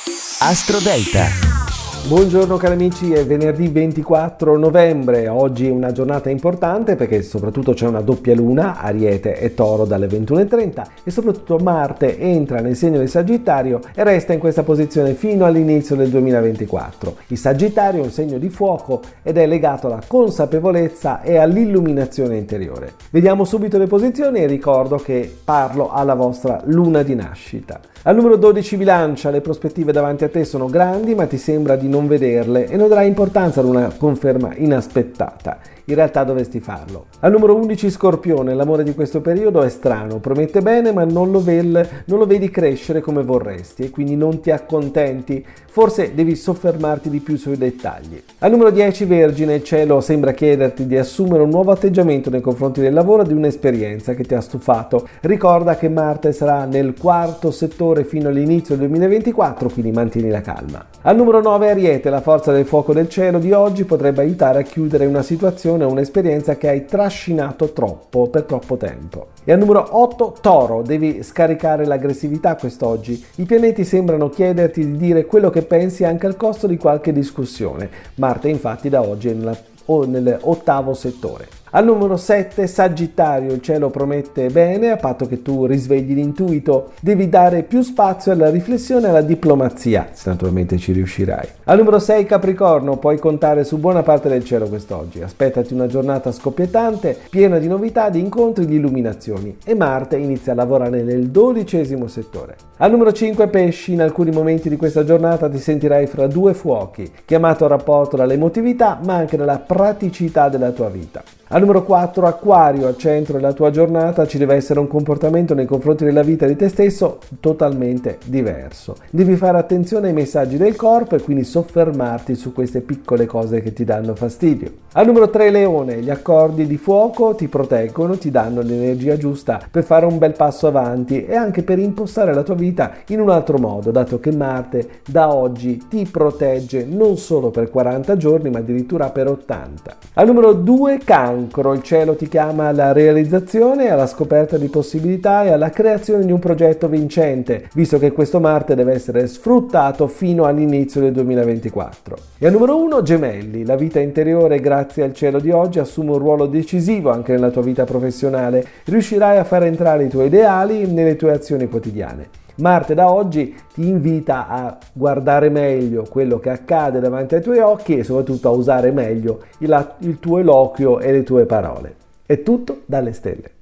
Astro Delta. Buongiorno cari amici, è venerdì 24 novembre, oggi è una giornata importante perché soprattutto c'è una doppia luna, Ariete e Toro dalle 21:30 e soprattutto Marte entra nel segno di Sagittario e resta in questa posizione fino all'inizio del 2024. Il Sagittario è un segno di fuoco ed è legato alla consapevolezza e all'illuminazione interiore. Vediamo subito le posizioni e ricordo che parlo alla vostra luna di nascita. Al numero 12 Bilancia, le prospettive davanti a te sono grandi ma ti sembra di non vederle e non darai importanza ad una conferma inaspettata. In realtà dovresti farlo. Al numero 11 Scorpione, l'amore di questo periodo è strano, promette bene ma non lo vedi crescere come vorresti e quindi non ti accontenti, forse devi soffermarti di più sui dettagli. Al numero 10 Vergine, il cielo sembra chiederti di assumere un nuovo atteggiamento nei confronti del lavoro e di un'esperienza che ti ha stufato. Ricorda che Marte sarà nel quarto settore fino all'inizio del 2024, quindi mantieni la calma. Al numero 9 Ariete, la forza del fuoco del cielo di oggi potrebbe aiutare a chiudere una situazione o un'esperienza che hai trascinato per troppo tempo. E al numero 8 Toro, devi scaricare l'aggressività quest'oggi. I pianeti sembrano chiederti di dire quello che pensi anche al costo di qualche discussione. Marte infatti da oggi è nell'ottavo settore. Al numero 7 Sagittario, il cielo promette bene a patto che tu risvegli l'intuito, devi dare più spazio alla riflessione e alla diplomazia, se naturalmente ci riuscirai. Al numero 6 Capricorno, puoi contare su buona parte del cielo quest'oggi, aspettati una giornata scoppiettante, piena di novità, di incontri, di illuminazioni e Marte inizia a lavorare nel 12° settore. Al numero 5 Pesci, in alcuni momenti di questa giornata ti sentirai fra due fuochi, chiamato al rapporto dall'emotività ma anche dalla praticità della tua vita. Al numero 4 Acquario, al centro della tua giornata ci deve essere un comportamento nei confronti della vita di te stesso totalmente diverso. Devi fare attenzione ai messaggi del corpo e quindi soffermarti su queste piccole cose che ti danno fastidio. Al numero 3 Leone, gli accordi di fuoco ti proteggono, ti danno l'energia giusta per fare un bel passo avanti e anche per impostare la tua vita in un altro modo, dato che Marte da oggi ti protegge non solo per 40 giorni ma addirittura per 80. Al numero 2 Cancro, il cielo ti chiama alla realizzazione, alla scoperta di possibilità e alla creazione di un progetto vincente, visto che questo Marte deve essere sfruttato fino all'inizio del 2024. E al numero 1 Gemelli, la vita interiore grazie al cielo di oggi assume un ruolo decisivo anche nella tua vita professionale, riuscirai a far entrare i tuoi ideali nelle tue azioni quotidiane. Marte da oggi ti invita a guardare meglio quello che accade davanti ai tuoi occhi e soprattutto a usare meglio il tuo eloquio e le tue parole. È tutto dalle stelle.